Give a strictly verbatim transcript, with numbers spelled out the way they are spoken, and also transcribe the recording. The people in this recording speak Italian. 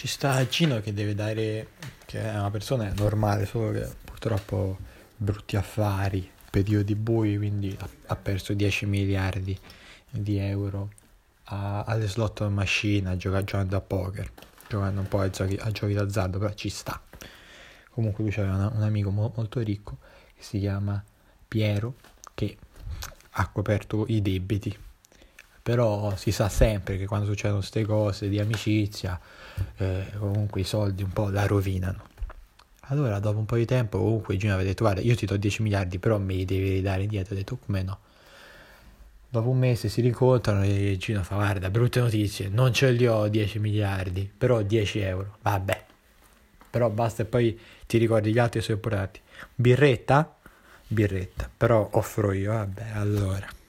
Ci sta Gino che deve dare, che è una persona normale, solo che purtroppo brutti affari, periodi bui, quindi ha, ha perso dieci miliardi di euro a, alle slot machine, a gioca- giocando a poker, giocando un po' a giochi, a giochi d'azzardo, però ci sta. Comunque lui aveva una- un amico mo- molto ricco che si chiama Piero, che ha coperto i debiti. Però si sa sempre che quando succedono queste cose di amicizia, eh, comunque i soldi un po' la rovinano. Allora dopo un po' di tempo comunque Gino aveva detto: guarda, io ti do dieci miliardi, però me li devi ridare indietro. Ho detto: come no? Dopo un mese si rincontrano e Gino fa: guarda, brutte notizie, non ce li ho dieci miliardi, però dieci euro, vabbè, però basta. E poi ti ricordi gli altri sono importanti. Birretta? Birretta, però offro io, vabbè, allora